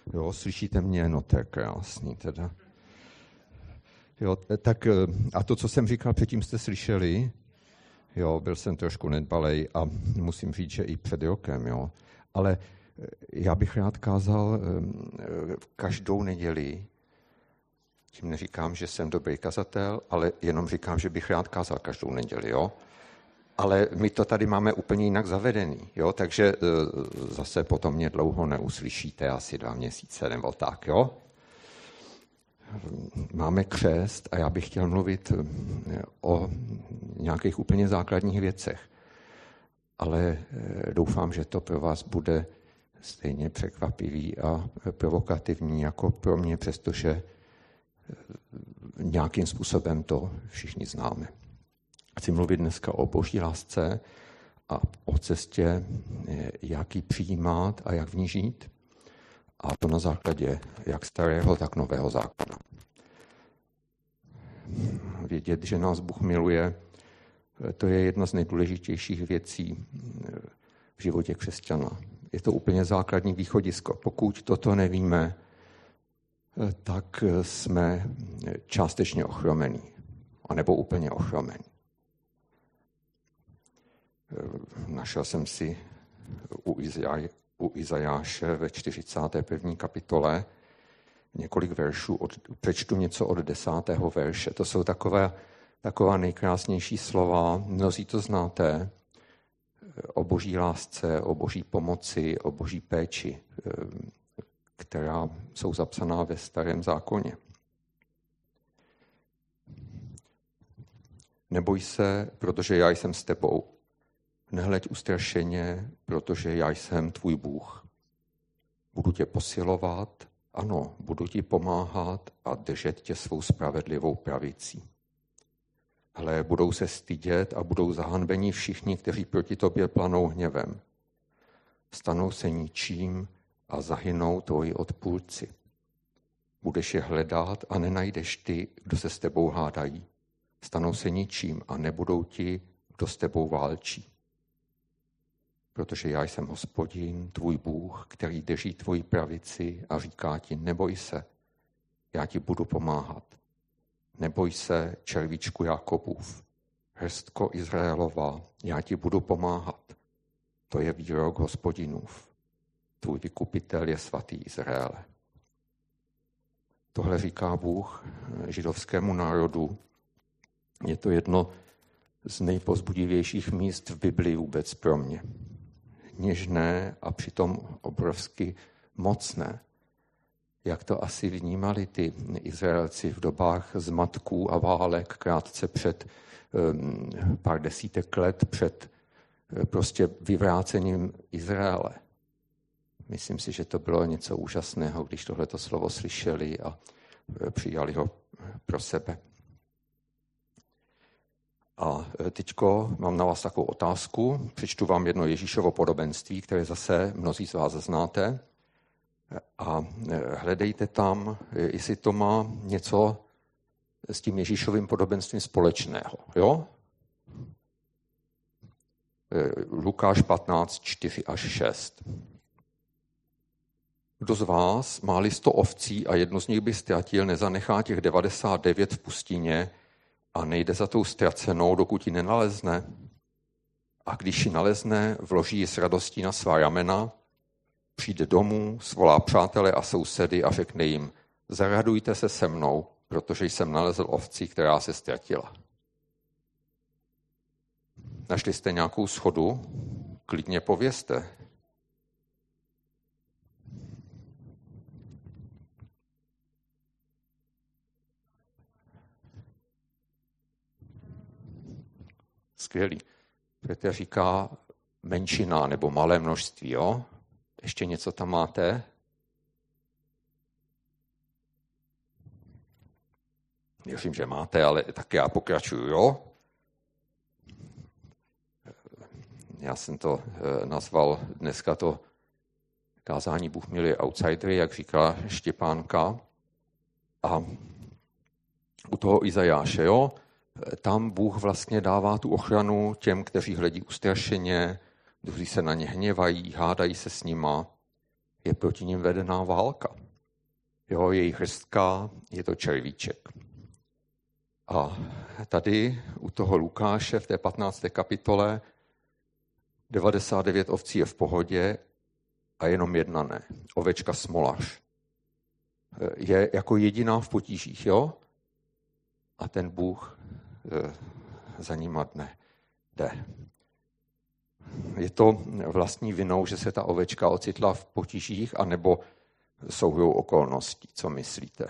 Jo, slyšíte mě? No to je krásný teda. Jo, tak a to, co jsem říkal předtím, jste slyšeli? Jo, byl jsem trošku nedbalej a musím říct, že i před rokem, jo. Ale já bych rád kázal každou neděli. Tím neříkám, že jsem dobrý kazatel, ale jenom říkám, že bych rád kázal každou neděli, jo. Ale my to tady máme úplně jinak zavedený, jo, takže zase potom mě dlouho neuslyšíte, asi 2 měsíce nebo tak, jo. Máme křest a já bych chtěl mluvit o nějakých úplně základních věcech. Ale doufám, že to pro vás bude stejně překvapivý a provokativní jako pro mě, přestože nějakým způsobem to všichni známe. Chci mluvit dneska o boží lásce a o cestě, jak ji přijímat a jak v ní žít. A to na základě jak starého, tak nového zákona. Vědět, že nás Bůh miluje, to je jedna z nejdůležitějších věcí v životě křesťana. Je to úplně základní východisko. Pokud toto nevíme, tak jsme částečně ochromení, anebo úplně ochromení. Našel jsem si u Izajáše ve 41. kapitole několik veršů, přečtu něco od 10. verše. To jsou taková nejkrásnější slova, mnozí to znáte, o boží lásce, o boží pomoci, o boží péči, která jsou zapsaná ve Starém zákoně. Neboj se, protože já jsem s tebou. Nehleď ustrašeně, protože já jsem tvůj Bůh. Budu tě posilovat, ano, budu ti pomáhat a držet tě svou spravedlivou pravicí. Hle, budou se stydět a budou zahanbeni všichni, kteří proti tobě planou hněvem. Stanou se ničím a zahynou tvoji odpůrci. Budeš je hledat a nenajdeš ty, kdo se s tebou hádají. Stanou se ničím a nebudou ti, kdo s tebou válčí. Protože já jsem Hospodin, tvůj Bůh, který drží tvoji pravici a říká ti, neboj se, já ti budu pomáhat. Neboj se, červíčku Jakobův, hrstko Izraelova, já ti budu pomáhat. To je výrok Hospodinův. Tvůj vykupitel je svatý Izraele. Tohle říká Bůh židovskému národu. Je to jedno z nejpozbudivějších míst v Biblii vůbec pro mě. Něžné a přitom obrovsky mocné. Jak to asi vnímali ty Izraelci v dobách zmatků a válek krátce před pár desítek let před prostě vyvrácením Izraele. Myslím si, že to bylo něco úžasného, když tohleto slovo slyšeli a přijali ho pro sebe. A teďko mám na vás takovou otázku. Přečtu vám jedno Ježíšovo podobenství, které zase mnozí z vás znáte. A hledejte tam, jestli to má něco s tím Ježíšovým podobenstvím společného. Jo? Lukáš 15, 4 až 6. Kdo z vás má 100 ovcí a jednu z nich by ztratil, nezanechá těch 99 v pustině a nejde za tou ztracenou, dokud ji nenalezne? A když ji nalezne, vloží ji s radostí na svá ramena, přijde domů, svolá přátele a sousedy a řekne jim, zaradujte se se mnou, protože jsem nalezl ovci, která se ztratila. Našli jste nějakou schodu? Klidně povězte. Skvělý. Petr říká menšina nebo malé množství, jo? Ještě něco tam máte? Věřím, že máte, ale tak já pokračuju, jo? Já jsem to nazval dneska to kázání Bůh miluje outsidery, jak říká Štěpánka. A u toho Izajáše, jo? Tam Bůh vlastně dává tu ochranu těm, kteří hledí ustrašeně, kteří se na ně hněvají, hádají se s nima. je proti nim vedená válka. Jo, jejich hrstka je to červíček. A tady u toho Lukáše v té 15. kapitole 99 ovcí je v pohodě a jenom jedna ne. Ovečka smolař. Je jako jediná v potížích, jo? A ten Bůh za nima jde. Je to vlastní vinou, že se ta ovečka ocitla v potížích, anebo souhrou okolností? Co myslíte?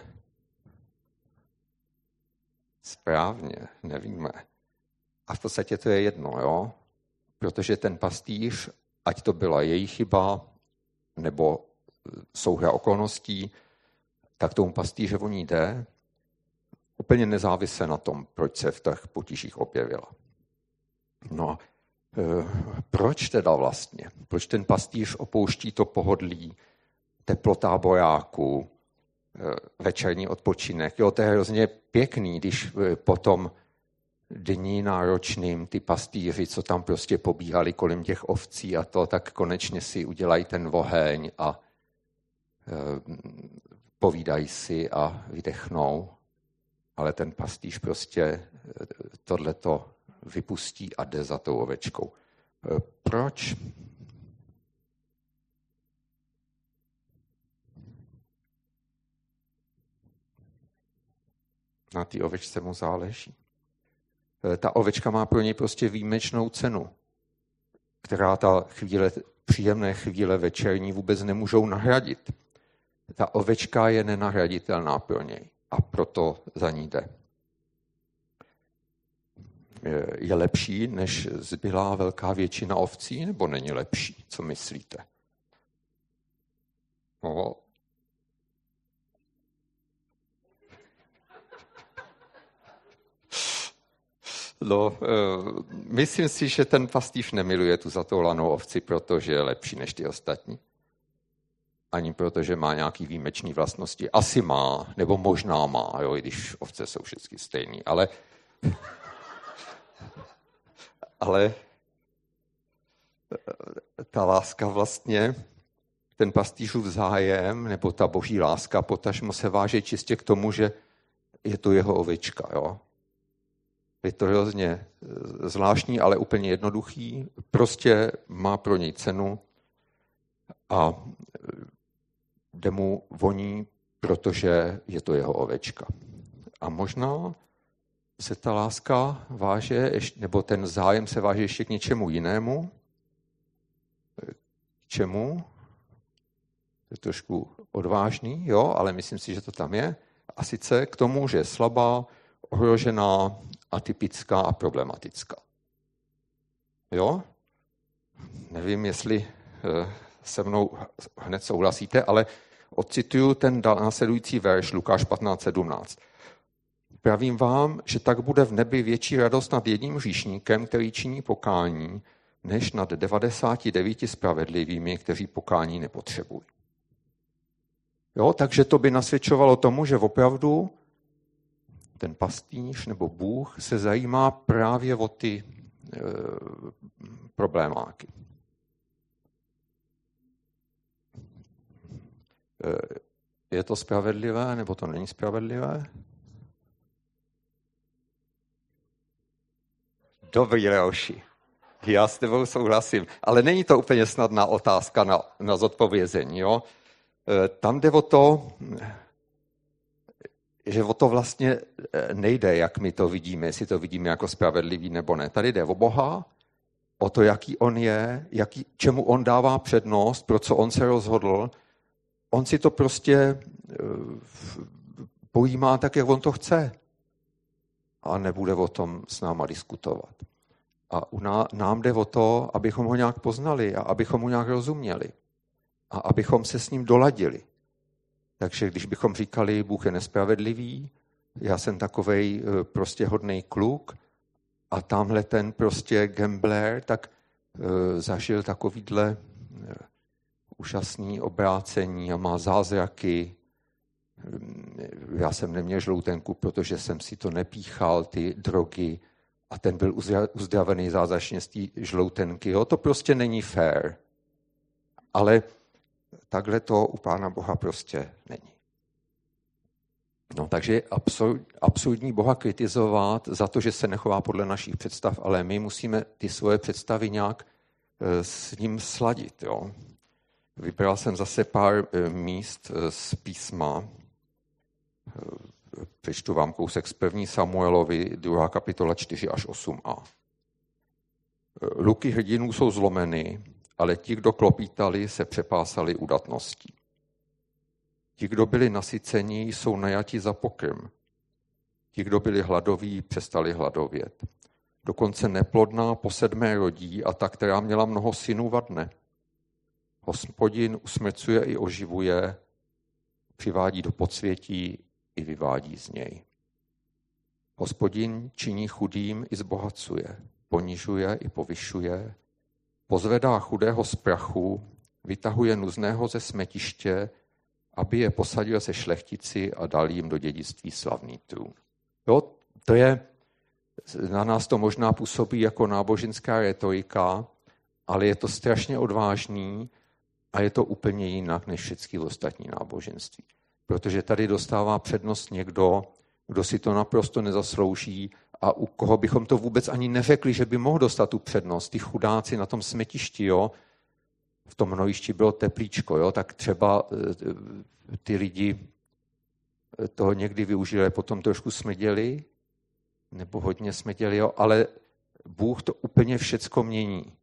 Správně, nevíme. A v podstatě to je jedno, jo? Protože ten pastýř, ať to byla její chyba, nebo souhra okolností, tak tomu pastýře o ní jde, úplně nezávisle na tom, proč se v těch potížích objevila. No, proč teda vlastně? Proč ten pastýř opouští to pohodlí, teplota bojáku, večerní odpočinek? Jo, to je hrozně pěkný, když potom dní náročným ty pastýři, co tam prostě pobíhali kolem těch ovcí a to, tak konečně si udělají ten oheň a povídají si a vydechnou. Ale ten pastýř prostě tohleto vypustí a jde za tou ovečkou. Proč? Na té ovečce mu záleží. Ta ovečka má pro něj prostě výjimečnou cenu, která ta příjemné chvíle večerní vůbec nemůžou nahradit. Ta ovečka je nenahraditelná pro něj a proto za ní jde. Je lepší, než zbylá velká většina ovcí, nebo není lepší? Co myslíte? No. No, myslím si, že ten pastýř nemiluje tu zatoulanou ovci, protože je lepší než ty ostatní. Ani protože má nějaký výjimečný vlastnosti. Asi má, nebo možná má, jo, i když ovce jsou všichni stejný. Ale ta láska vlastně, ten pastýřův zájem, nebo ta boží láska, potažmo se váže čistě k tomu, že je to jeho ovečka, jo. Je to hrozně zvláštní, ale úplně jednoduchý. Prostě má pro něj cenu a jde mu voní, protože je to jeho ovečka. A možná se ta láska váže, nebo ten zájem se váže ještě k něčemu jinému. K čemu? To je trošku odvážný, jo, ale myslím si, že to tam je. A sice k tomu, že je slabá, ohrožená, atypická a problematická. Jo? Nevím, jestli se mnou hned souhlasíte, ale odcituju ten následující verš Lukáš 15:17. Pravím vám, že tak bude v nebi větší radost nad jedním hříšníkem, který činí pokání, než nad 99 spravedlivými, kteří pokání nepotřebují. Jo, takže to by nasvědčovalo tomu, že opravdu ten pastýř nebo Bůh se zajímá právě o ty problémáky. Je to spravedlivé, nebo to není spravedlivé? Dobrý, Leoši. Já s tebou souhlasím. Ale není to úplně snadná otázka na zodpovězení. Jo? Tam jde o to, že o to vlastně nejde, jak my to vidíme, jestli to vidíme jako spravedlivý nebo ne. Tady jde o Boha, o to, jaký on je, čemu on dává přednost, pro co on se rozhodl. On si to prostě pojímá tak, jak on to chce. A nebude o tom s náma diskutovat. A nám jde o to, abychom ho nějak poznali a abychom mu nějak rozuměli. A abychom se s ním doladili. Takže když bychom říkali, Bůh je nespravedlivý, já jsem takovej prostě hodnej kluk a tamhle ten prostě gambler, tak zažil takovýhle úžasný obrácení a má zázraky. Já jsem neměl žloutenku, protože jsem si to nepíchal, ty drogy, a ten byl uzdravený zázračně z té žloutenky. Jo? To prostě není fair. Ale Takhle to u Pána Boha prostě není. No, takže je absurdní Boha kritizovat za to, že se nechová podle našich představ, ale my musíme ty svoje představy nějak s ním sladit. Jo. Vybral jsem zase pár míst z písma. Přečtu vám kousek z 1. Samuelovi, 2. kapitola 4 až 8a. Luky hrdinů jsou zlomeny, ale ti, kdo klopítali, se přepásali udatností. Ti, kdo byli nasyceni, jsou najati za pokrm. Ti, kdo byli hladoví, přestali hladovět. Dokonce neplodná po 7. rodí a ta, která měla mnoho synů, vadne. Hospodin usmrcuje i oživuje, přivádí do podsvětí i vyvádí z něj. Hospodin činí chudým i zbohacuje, ponižuje i povyšuje, pozvedá chudého z prachu, vytahuje nuzného ze smetiště, aby je posadil se šlechtici a dal jim do dědictví slavný trůn. Jo, to je, na nás to možná působí jako náboženská retorika, ale je to strašně odvážný a je to úplně jinak než všechny ostatní náboženství. Protože tady dostává přednost někdo, kdo si to naprosto nezaslouží a u koho bychom to vůbec ani neřekli, že by mohl dostat tu přednost. Ty chudáci na tom smetišti, jo, v tom hnojišti bylo teplíčko, jo, tak třeba ty lidi toho někdy využili, potom trošku smrděli, nebo hodně smrděli, jo, ale Bůh to úplně všecko mění.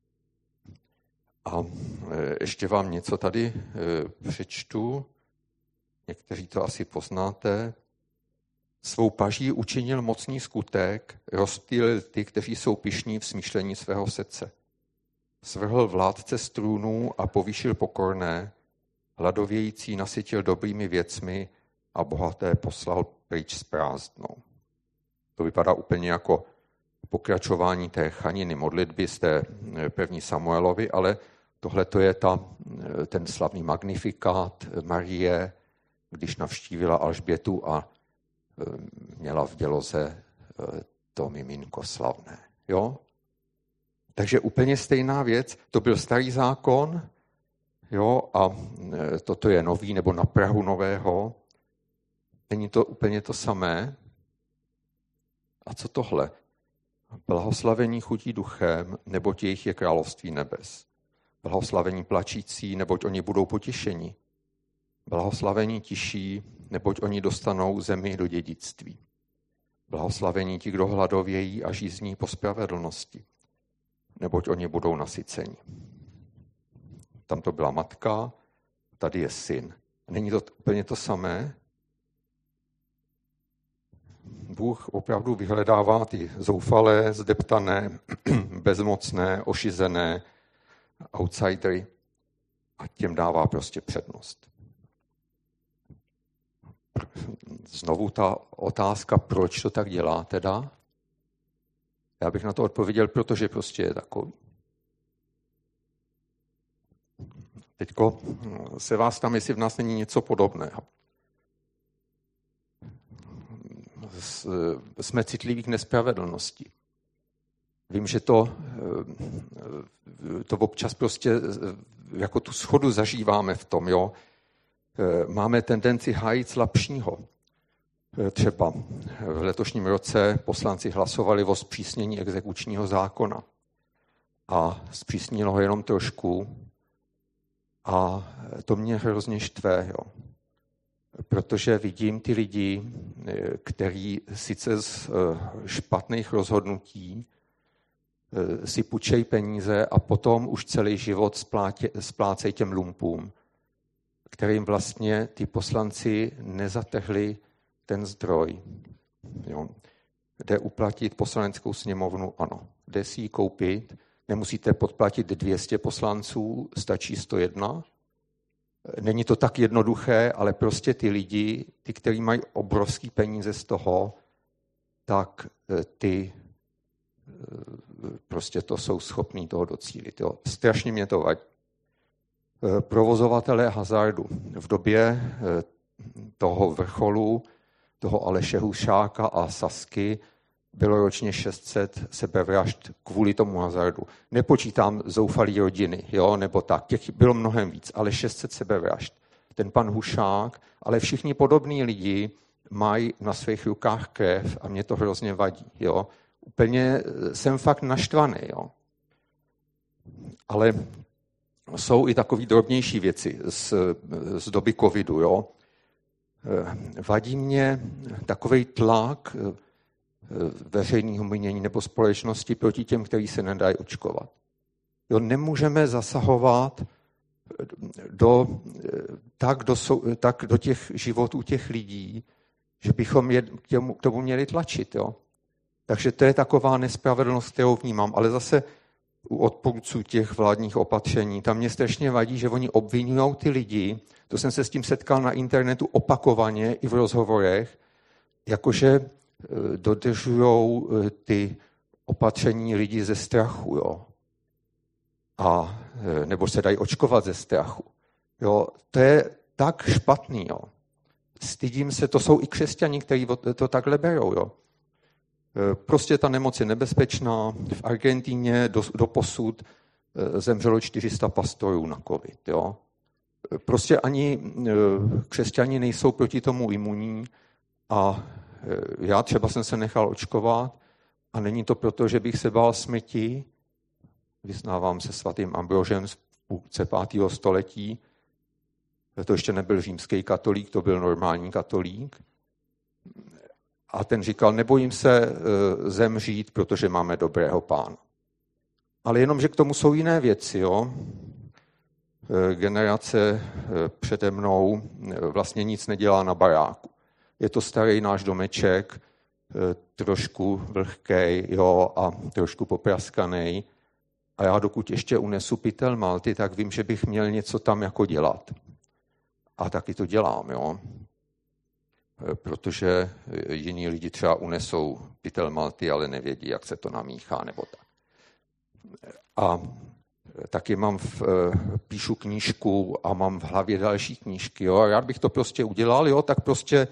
A ještě vám něco tady přečtu. Někteří to asi poznáte. Svou paží učinil mocný skutek, rozptýlil ty, kteří jsou pyšní v smýšlení svého srdce. Svrhl vládce z trůnů a povýšil pokorné, hladovějící nasytil dobrými věcmi a bohaté poslal pryč s prázdnou. To vypadá úplně jako pokračování té chaniny modlitby z té 1. Samuelovi, ale tohle to je ten slavný magnifikát Marie, když navštívila Alžbětu a měla v děloze to miminko slavné. Jo? Takže úplně stejná věc. To byl starý zákon, jo, a toto je nový nebo na prahu nového. Není to úplně to samé. A co tohle? Blahoslavení chudí duchem, neboť jejich je království nebes. Blahoslavení plačící, neboť oni budou potěšeni. Blahoslavení tiší, neboť oni dostanou zemi do dědictví. Blahoslavení ti, kdo hladovějí a žízní po spravedlnosti, neboť oni budou nasyceni. Tam to byla matka, tady je syn. Není to úplně to samé? Bůh opravdu vyhledává ty zoufalé, zdeptané, bezmocné, ošizené outsidery a těm dává prostě přednost. Znovu ta otázka, proč to tak dělá teda? Já bych na to odpověděl, protože prostě je takový. Teďko se vás tam, jestli v nás není něco podobného. Jsme citliví k nespravedlnosti. Vím, že to občas prostě jako tu schodu zažíváme v tom, jo. Máme tendenci hájit slabšího. Třeba v letošním roce poslanci hlasovali o zpřísnění exekučního zákona. A zpřísnilo ho jenom trošku. A to mě hrozně štve, jo. Protože vidím ty lidi, kteří sice z špatných rozhodnutí si půjčejí peníze a potom už celý život splácejí těm lumpům, kterým vlastně ty poslanci nezatrhli ten zdroj. Jo. Jde uplatit poslaneckou sněmovnu, ano. Jde si ji koupit, nemusíte podplatit 200 poslanců, stačí 101. Není to tak jednoduché, ale prostě ty lidi, ty, kteří mají obrovský peníze z toho, tak ty prostě to jsou schopní toho docílit. Jo. Strašně mě to vadí. Provozovatelé hazardu v době toho vrcholu, toho Aleše Hušáka a Sasky, bylo ročně 600 sebevražd kvůli tomu hazardu. Nepočítám zoufalý rodiny, jo, nebo tak. Těch bylo mnohem víc, ale 600 sebevražd. Ten pan Hušák, ale všichni podobní lidi mají na svých rukách krev a mě to hrozně vadí. Jo. Úplně jsem fakt naštvaný. Jo. Ale jsou i takové drobnější věci z doby covidu. Jo. Vadí mě takovej tlak veřejného mínění nebo společnosti proti těm, kteří se nedají očkovat. Jo, nemůžeme zasahovat do těch životů těch lidí, že bychom je k tomu měli tlačit. Jo. Takže to je taková nespravedlnost, kterou vnímám. Ale zase u odpůrců těch vládních opatření, tam mě strašně vadí, že oni obvinují ty lidi, to jsem se s tím setkal na internetu opakovaně i v rozhovorech, jakože dodržujou ty opatření lidi ze strachu, jo. A nebo se dají očkovat ze strachu. Jo, to je tak špatný, jo. Stydím se, to jsou i křesťani, kteří to takhle berou, jo. Prostě ta nemoc je nebezpečná. V Argentíně doposud zemřelo 400 pastorů na covid, jo. Prostě ani křesťani nejsou proti tomu imunní a já třeba jsem se nechal očkovat a není to proto, že bych se bál smrti, vyznávám se svatým Ambrožem z půlce 5. století, to ještě nebyl římský katolík, to byl normální katolík. A ten říkal, nebojím se zemřít, protože máme dobrého pána. Ale jenom, že k tomu jsou jiné věci. Jo? Generace přede mnou vlastně nic nedělá na baráku. Je to starý náš domeček, trošku vlhkej, jo, a trošku popraskanej. A já dokud ještě unesu pytel malty, tak vím, že bych měl něco tam jako dělat. A taky to dělám, jo. Protože jiní lidi třeba unesou pytel malty, ale nevědí, jak se to namíchá, nebo tak. A taky píšu knížku a mám v hlavě další knížky, jo. A rád bych to prostě udělal, jo, tak prostě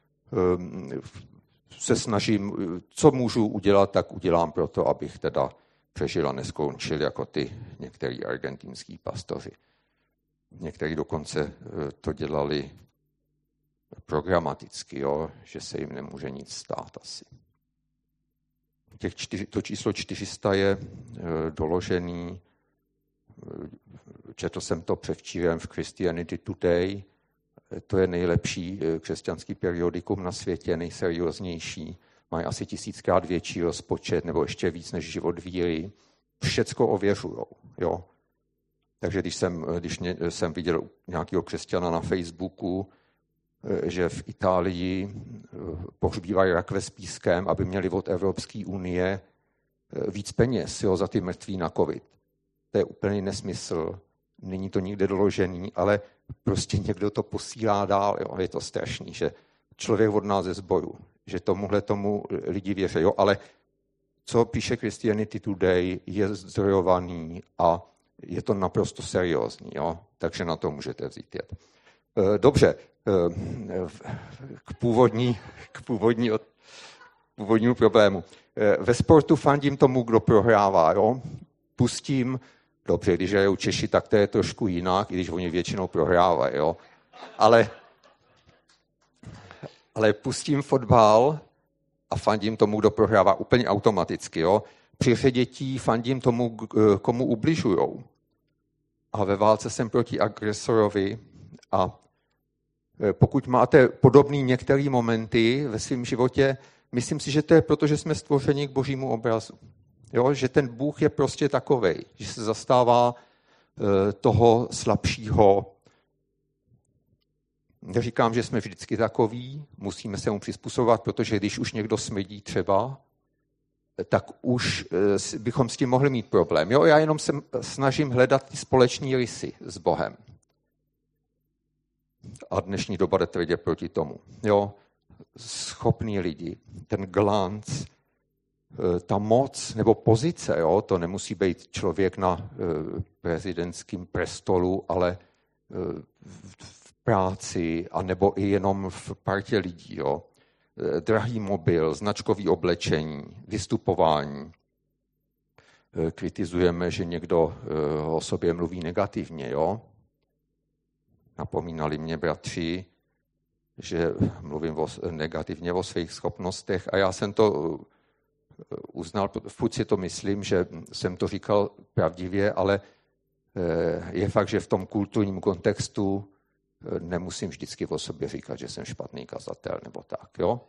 se snažím, co můžu udělat, tak udělám proto, abych teda přežil a neskončil jako ty některý argentinský pastoři. Někteří dokonce to dělali programaticky, jo, že se jim nemůže nic stát asi. To číslo 400 je doložený, četl jsem to převčírem v Christianity Today, to je nejlepší křesťanský periodikum na světě, nejserióznější, mají asi 1000krát větší rozpočet, nebo ještě víc než Život víry. Všecko ověřujou, jo. Takže když jsem viděl nějakého křesťana na Facebooku, že v Itálii pohřbívají rakve s pískem, aby měli od Evropské unie víc peněz, jo, za ty mrtví na covid. To je úplný nesmysl, není to nikde doložený, ale prostě někdo to posílá dál, jo. Je to strašný, že člověk od nás ze sboru, že tomu lidi věří, jo, ale co píše Christianity Today, je zdrojovaný a je to naprosto seriózní, jo? Takže na to můžete vzít jet. Dobře, k původnímu problému. Ve sportu fandím tomu, kdo prohrává, jo? Pustím, dobře, když hrajou Češi, tak to je trošku jinak, i když oni většinou prohrávají, jo? Ale pustím fotbal a fandím tomu, kdo prohrává úplně automaticky. Jo? Při hře dětí fandím tomu, komu ubližujou. A ve válce jsem proti agresorovi. A pokud máte podobný některé momenty ve svém životě, myslím si, že to je proto, že jsme stvořeni k božímu obrazu. Jo? Že ten Bůh je prostě takovej, že se zastává toho slabšího. Neříkám, že jsme vždycky takoví, musíme se mu přizpůsobovat, protože když už někdo smrdí třeba, tak už bychom s tím mohli mít problém. Jo, já jenom se snažím hledat ty společní rysy s Bohem. A dnešní doba jde tvrdě proti tomu. Jo, schopní lidi, ten glanc, ta moc nebo pozice, jo, to nemusí být člověk na prezidentském prestolu, ale v práci, anebo i jenom v partě lidí. Jo. drahý mobil, značkový oblečení, vystupování. Kritizujeme, že někdo o sobě mluví negativně, jo? Napomínali mě bratři, že mluvím negativně o svých schopnostech a já jsem to uznal, furt si to myslím, že jsem to říkal pravdivě, ale je fakt, že v tom kulturním kontextu nemusím vždycky o sobě říkat, že jsem špatný kazatel nebo tak, jo?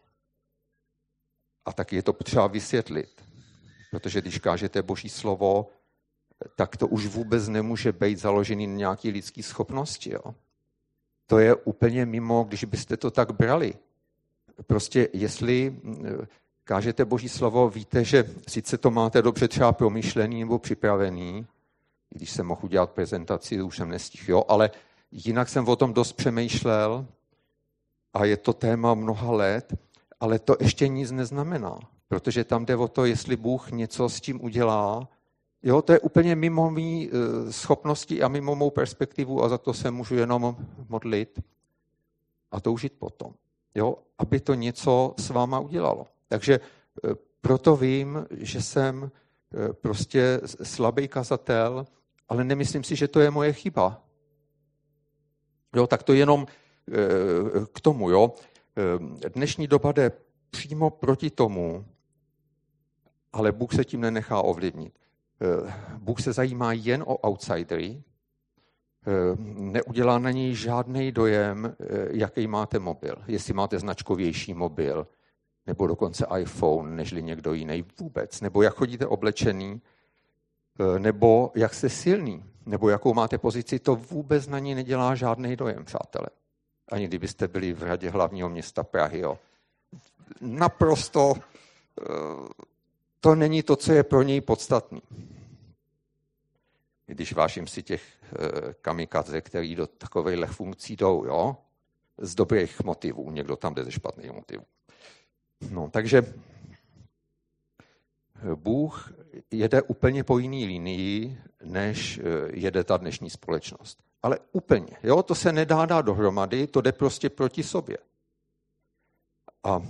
A taky je to potřeba vysvětlit, protože když kážete Boží slovo, tak to už vůbec nemůže být založený na nějaký lidský schopnosti, jo? To je úplně mimo, když byste to tak brali. Prostě jestli kážete Boží slovo, víte, že sice to máte dobře třeba promyšlený nebo připravený, když jsem mohl udělat prezentaci, už jsem nestihl, jo, ale jinak jsem o tom dost přemýšlel a je to téma mnoha let, ale to ještě nic neznamená, protože tam jde o to, jestli Bůh něco s tím udělá. Jo, to je úplně mimo mý schopnosti a mimo mou perspektivu a za to se můžu jenom modlit a toužit potom. Jo, aby to něco s váma udělalo. Takže proto vím, že jsem prostě slabý kazatel, ale nemyslím si, že to je moje chyba. Jo, tak to jenom k tomu. Jo. Dnešní doba jde přímo proti tomu, ale Bůh se tím nenechá ovlivnit. Bůh se zajímá jen o outsidery, neudělá na něj žádný dojem, jaký máte mobil. Jestli máte značkovější mobil, nebo dokonce iPhone, nežli někdo jiný vůbec, nebo jak chodíte oblečený, nebo jak jste silný, nebo jakou máte pozici, to vůbec na něj nedělá žádný dojem, přátelé. Ani kdybyste byli v radě hlavního města Prahy. Jo. Naprosto to není to, co je pro něj podstatný. Když vážím si těch kamikadze, který do takovejhle funkcí jdou, jo, z dobrých motivů, někdo tam jde ze špatných motivů. No, takže Bůh jede úplně po jiný linii, než jede ta dnešní společnost. Ale úplně, jo, to se nedá dát dohromady, to jde prostě proti sobě. A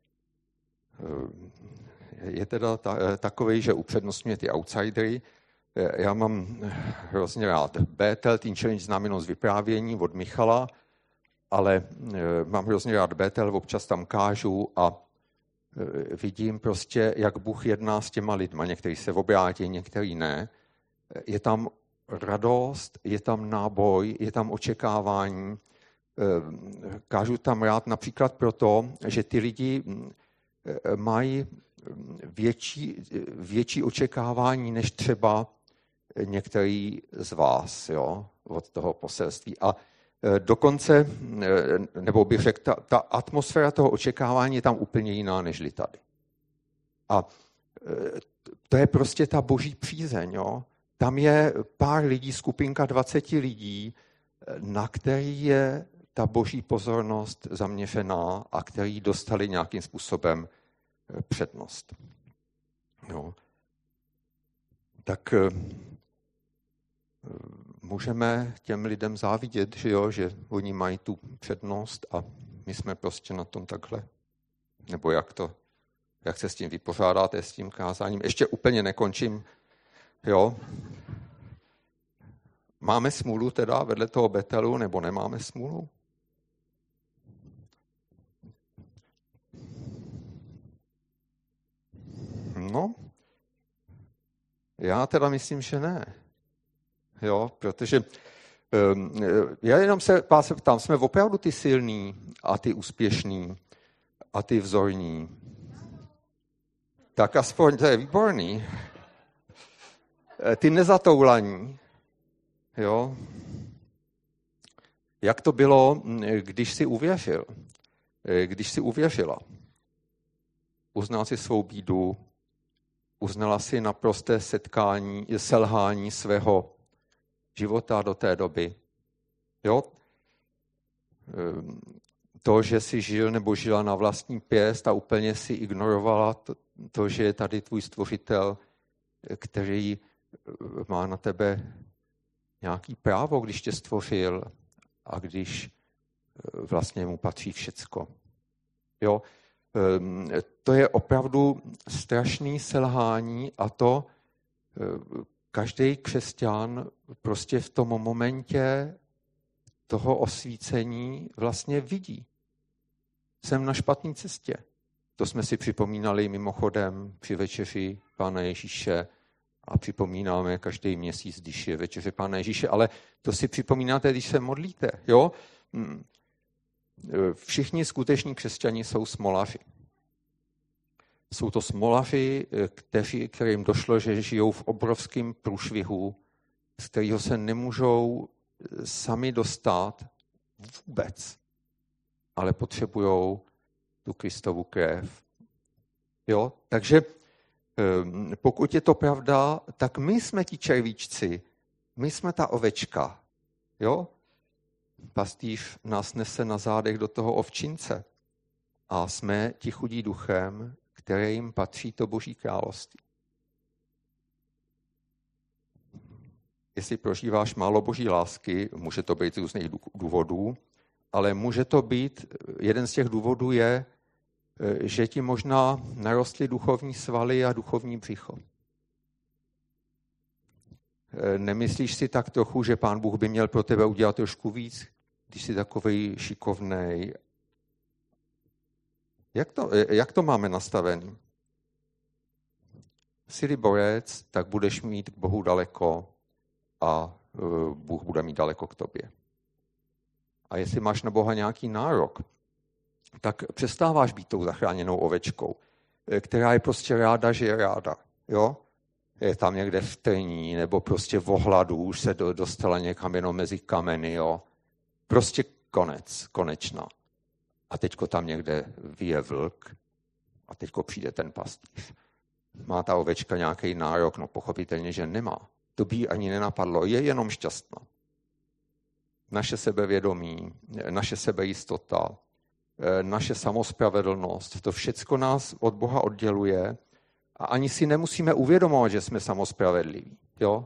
je teda takovej, že upřednostňuje ty outsidery. Já mám hrozně rád Bethel, Teen Challenge znamená z vyprávění od Michala, ale mám hrozně rád Bethel, občas tam kážu a vidím prostě, jak Bůh jedná s těma lidma. Někteří se obrátí, někteří ne. Je tam radost, je tam náboj, je tam očekávání. Kážu tam rád například proto, že ty lidi mají větší očekávání než třeba některý z vás, jo, od toho poselství. A dokonce, nebo bych řekl, ta atmosféra toho očekávání je tam úplně jiná nežli tady. A to je prostě ta boží přízeň. Jo. Tam je pár lidí, skupinka 20 lidí, na který je ta boží pozornost zaměřená a který dostali nějakým způsobem přednost. Jo. Tak můžeme těm lidem závidět, že, jo, že oni mají tu přednost a my jsme prostě na tom takhle. Nebo jak se s tím vypořádáte, s tím kázáním. Ještě úplně nekončím. Jo. Máme smůlu teda vedle toho Bethelu, nebo nemáme smůlu? No, já teda myslím, že ne. Jo, protože já jenom se vás ptám, jsme opravdu ty silní a ty úspěšní a ty vzorní. Tak aspoň to je výborný. Ty nezatoulaní. Jo. Jak to bylo, když jsi uvěřil? Když jsi uvěřila? Uznal si svou bídu, uznala si naprosté selhání svého života do té doby. Jo? To, že jsi žil nebo žila na vlastní pěst a úplně si ignorovala to, že je tady tvůj stvořitel, který má na tebe nějaký právo, když tě stvořil a když vlastně mu patří všecko. Jo? To je opravdu strašný selhání a to každý křesťan prostě v tom momentě toho osvícení vlastně vidí. Jsem na špatné cestě. To jsme si připomínali mimochodem při večeři Pána Ježíše a připomínáme každý měsíc, když je večeře Pána Ježíše, ale to si připomínáte, když se modlíte. Jo? Všichni skuteční křesťani jsou smolaři. Jsou to smolaři, kterým došlo, že žijou v obrovském průšvihu, z kterého se nemůžou sami dostat vůbec, ale potřebují tu Kristovu krev. Jo? Takže pokud je to pravda, tak my jsme ti červíčci, my jsme ta ovečka. Jo? Pastýř nás nese na zádech do toho ovčince a jsme ti chudí duchem, kterým patří to Boží království. Jestli prožíváš málo Boží lásky, může to být z různých důvodů, ale může to být, jeden z těch důvodů je, že ti možná narostly duchovní svaly a duchovní břicho. Nemyslíš si tak trochu, že Pán Bůh by měl pro tebe udělat trošku víc, když jsi takovej šikovnej? Jak to máme nastavený? Jsi-li borec, tak budeš mít k Bohu daleko a Bůh bude mít daleko k tobě. A jestli máš na Boha nějaký nárok, tak přestáváš být tou zachráněnou ovečkou, která je prostě ráda, že je ráda. Jo? Je tam někde v trní, nebo prostě v ohladu, už se dostala někam jenom mezi kameny. Jo? Prostě konečná. A teďko tam někde vyje vlk a teďko přijde ten pastýř. Má ta ovečka nějaký nárok? No pochopitelně, že nemá. To by jí ani nenapadlo. Je jenom šťastná. Naše sebevědomí, naše sebejistota, naše samospravedlnost, to všecko nás od Boha odděluje a ani si nemusíme uvědomovat, že jsme samospravedliví. Jo?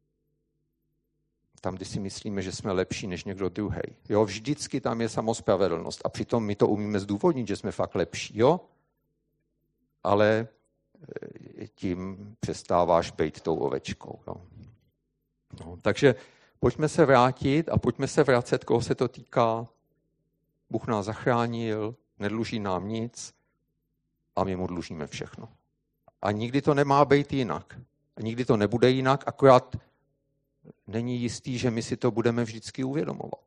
Tam, kdy si myslíme, že jsme lepší než někdo druhý. Jo? Vždycky tam je samospravedlnost a přitom my to umíme zdůvodnit, že jsme fakt lepší. Jo? Ale tím přestáváš být tou ovečkou. Jo? No, takže pojďme se vrátit a pojďme se vracet, koho se to týká. Bůh nás zachránil, nedluží nám nic a my mu dlužíme všechno. A nikdy to nemá být jinak. A nikdy to nebude jinak, akorát není jistý, že my si to budeme vždycky uvědomovat.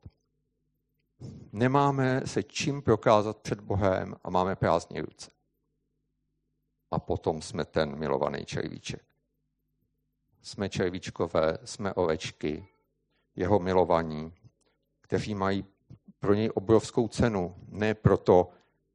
Nemáme se čím prokázat před Bohem a máme prázdné ruce. A potom jsme ten milovaný červíček. Jsme červíčkové, jsme ovečky, jeho milovaní, kteří mají pro něj obrovskou cenu. Ne proto,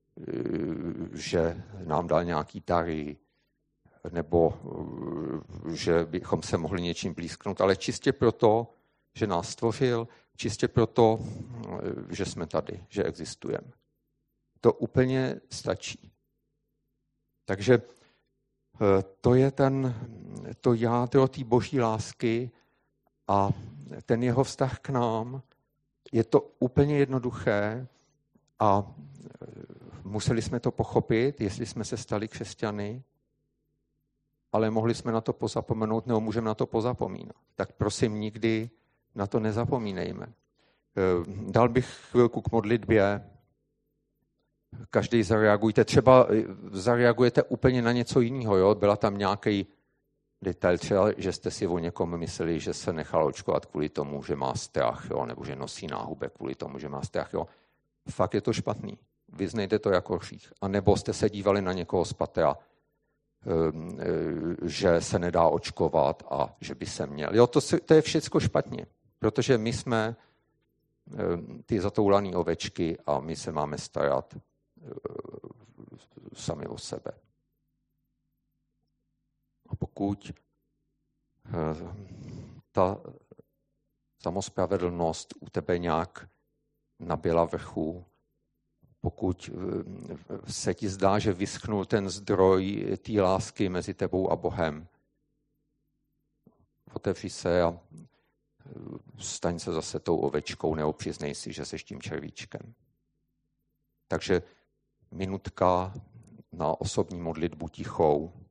že nám dal nějaký dary, nebo že bychom se mohli něčím blízknout, ale čistě proto, že nás stvořil, čistě proto, že jsme tady, že existujeme. To úplně stačí. Takže to je to jádro té boží lásky a ten jeho vztah k nám. Je to úplně jednoduché a museli jsme to pochopit, jestli jsme se stali křesťany, ale mohli jsme na to pozapomenout, nebo můžeme na to pozapomínat. Tak prosím, nikdy na to nezapomínejme. Dal bych chvilku k modlitbě. Každý zareagujte. Třeba zareagujete úplně na něco jiného. Jo? Byla tam nějaký detail, třeba, že jste si o někom mysleli, že se nechal očkovat kvůli tomu, že má strach, jo? Nebo že nosí náhubek kvůli tomu, že má strach. Jo? Fakt je to špatný. Vyznejte to jako hřích. A nebo jste se dívali na někoho z patra, že se nedá očkovat a že by se měl. Jo, to je všecko špatně, protože my jsme ty zatoulané ovečky a my se máme starat sami o sebe. A pokud ta samospravedlnost u tebe nějak nabyla vrchu, pokud se ti zdá, že vyschnul ten zdroj té lásky mezi tebou a Bohem, otevři se a staň se zase tou ovečkou, nebo přiznej si, že seš tím červíčkem. Takže minutka na osobní modlitbu tichou.